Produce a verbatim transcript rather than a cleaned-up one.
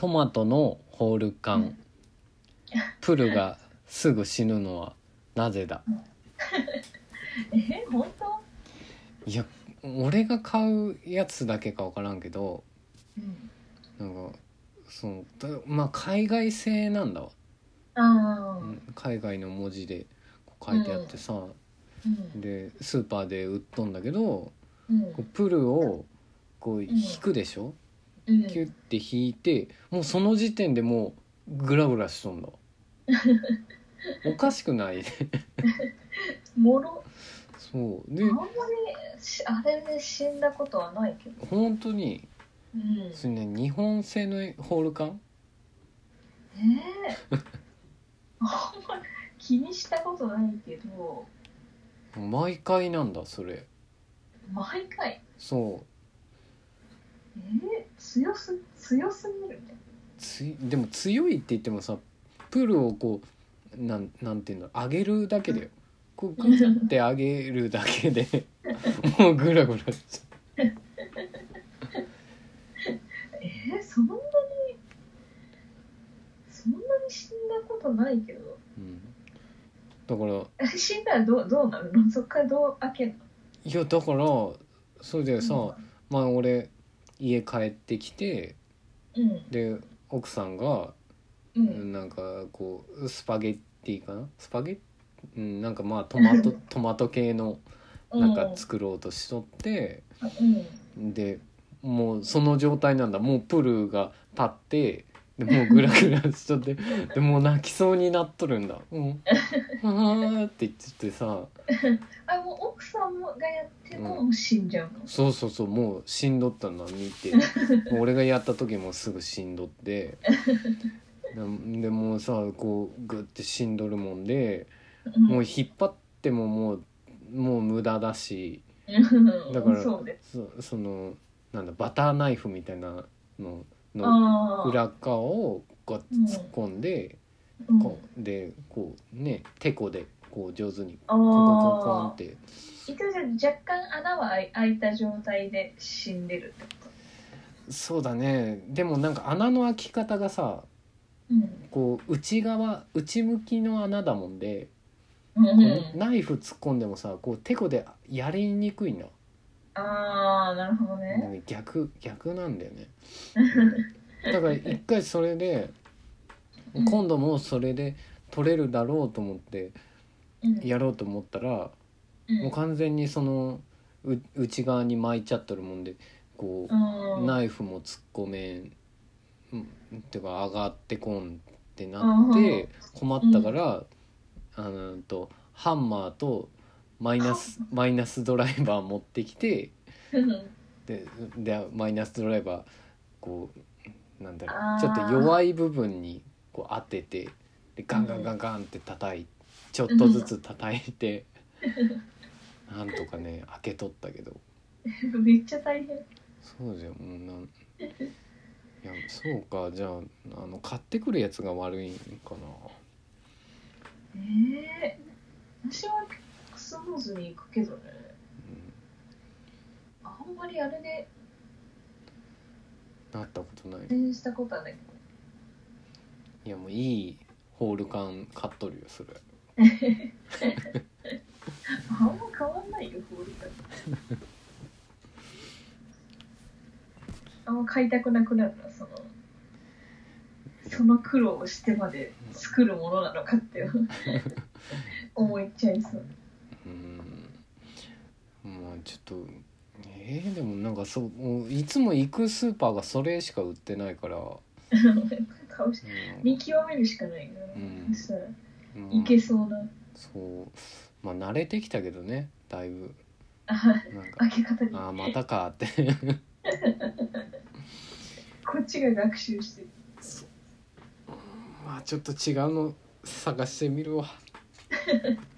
トマトのホール缶、 うん、 プルがすぐ死ぬのはなぜだ。 え本当？ いや俺が買うやつだけか分からんけど、 うん、 なんかそのまあ海外製なんだわ。 ああ、 海外の文字でこう書いてあってさ、 うん、 でスーパーで売っとんだけど、 うん、 こうプルをこう引くでしょ、 うん、 キュッて引いてもうその時点でもうグラグラしとんだ。おかしくないもろ。 そうであんまりあれで死んだことはないけど。 本当に、 うん、 それね日本製のホール缶。 ええー、あんまり気にしたことないけど。 毎回なんだそれ。 毎回。 そうえー、強す強すぎるね。 つでも強いって言ってもさ、プルをこうなんなんていうの上げるだけだよ。こうグッて上げるだけでもうグラグラしちゃう。 えー、そんなにそんなに死んだことないけど。 うん、だから死んだらどうどうなるの？そっからどう開けるの？ いやだからそれでさ、 うん、 まあ俺家帰ってきて、 うん、 で奥さんが、 うん、 なんかこうスパゲッティかなスパゲッ、うん、なんかまあトマトトマト系のなんか作ろうとしとって、 うん、 でもうその状態なんだ。もうプルが立ってでもうグラグラしとってでもう泣きそうになっとるんだ。うんはーって言っててさ、 あ、もう奥さんがやってもうん、 もう死んじゃうの？ そうそうそうもう死んどったの見てもう俺がやった時もすぐ死んどってでもうさこうグッて死んどるもんで、もう引っ張ってももうもう無駄だし、だからそうです。 そそのなんだバターナイフみたいなののあ裏側をこううん突っ込んで、 うんこうでこうねてこでこう上手にあコンコンコンコンっあて。 一応じゃあ若干穴は開い開いた状態で死んでるってこそうだね。でもなんか穴の開き方がさと？うんこう内側内向きの穴だもんで、 うんこうん、 うナイフ突っ込んでもさこうてこでやりにくいな。 ああなるほどなんね。 か逆逆なんだよね。だから一回それでうん今度もそれで取れるだろうと思ってうんやろうと思ったら、 うんもう完全にそのう内側に巻いちゃってるもんでこうナイフも突っ込めん、うん、てか上がってこんってなって困ったから、あのとハンマーとマイナスマイナスドライバー持ってきて、ででマイナスドライバーこうなんだろうちょっと弱い部分にこう当ててでガンガンガンガンって叩いてちょっとずつ叩いてなんとかね開けとったけど。 めっちゃ大変。 そうじゃんもうなんいやそうかじゃあ、あの買ってくるやつが悪いんかな。 ええー、私はスムーズにいくけどね。あんまりあれでなったことない。 転したことはないけど。 いやもういいホール缶買っとるよそれ。 あんま変わんないよホール缶。あんま買いたくなくなるな、そのその苦労をしてまで作るものなのかって思っちゃいそう。 うんまあちょっとえー、でもなんかそうもういつも行くスーパーがそれしか売ってないから、 顔しうん、 見極めるしかないな、 うんそしたらうん、 いけそうな。 そうまあ慣れてきたけどねだいぶ。 あなんか開け方にあーまたかってこっちが学習してる。 まあちょっと違うの探してみるわ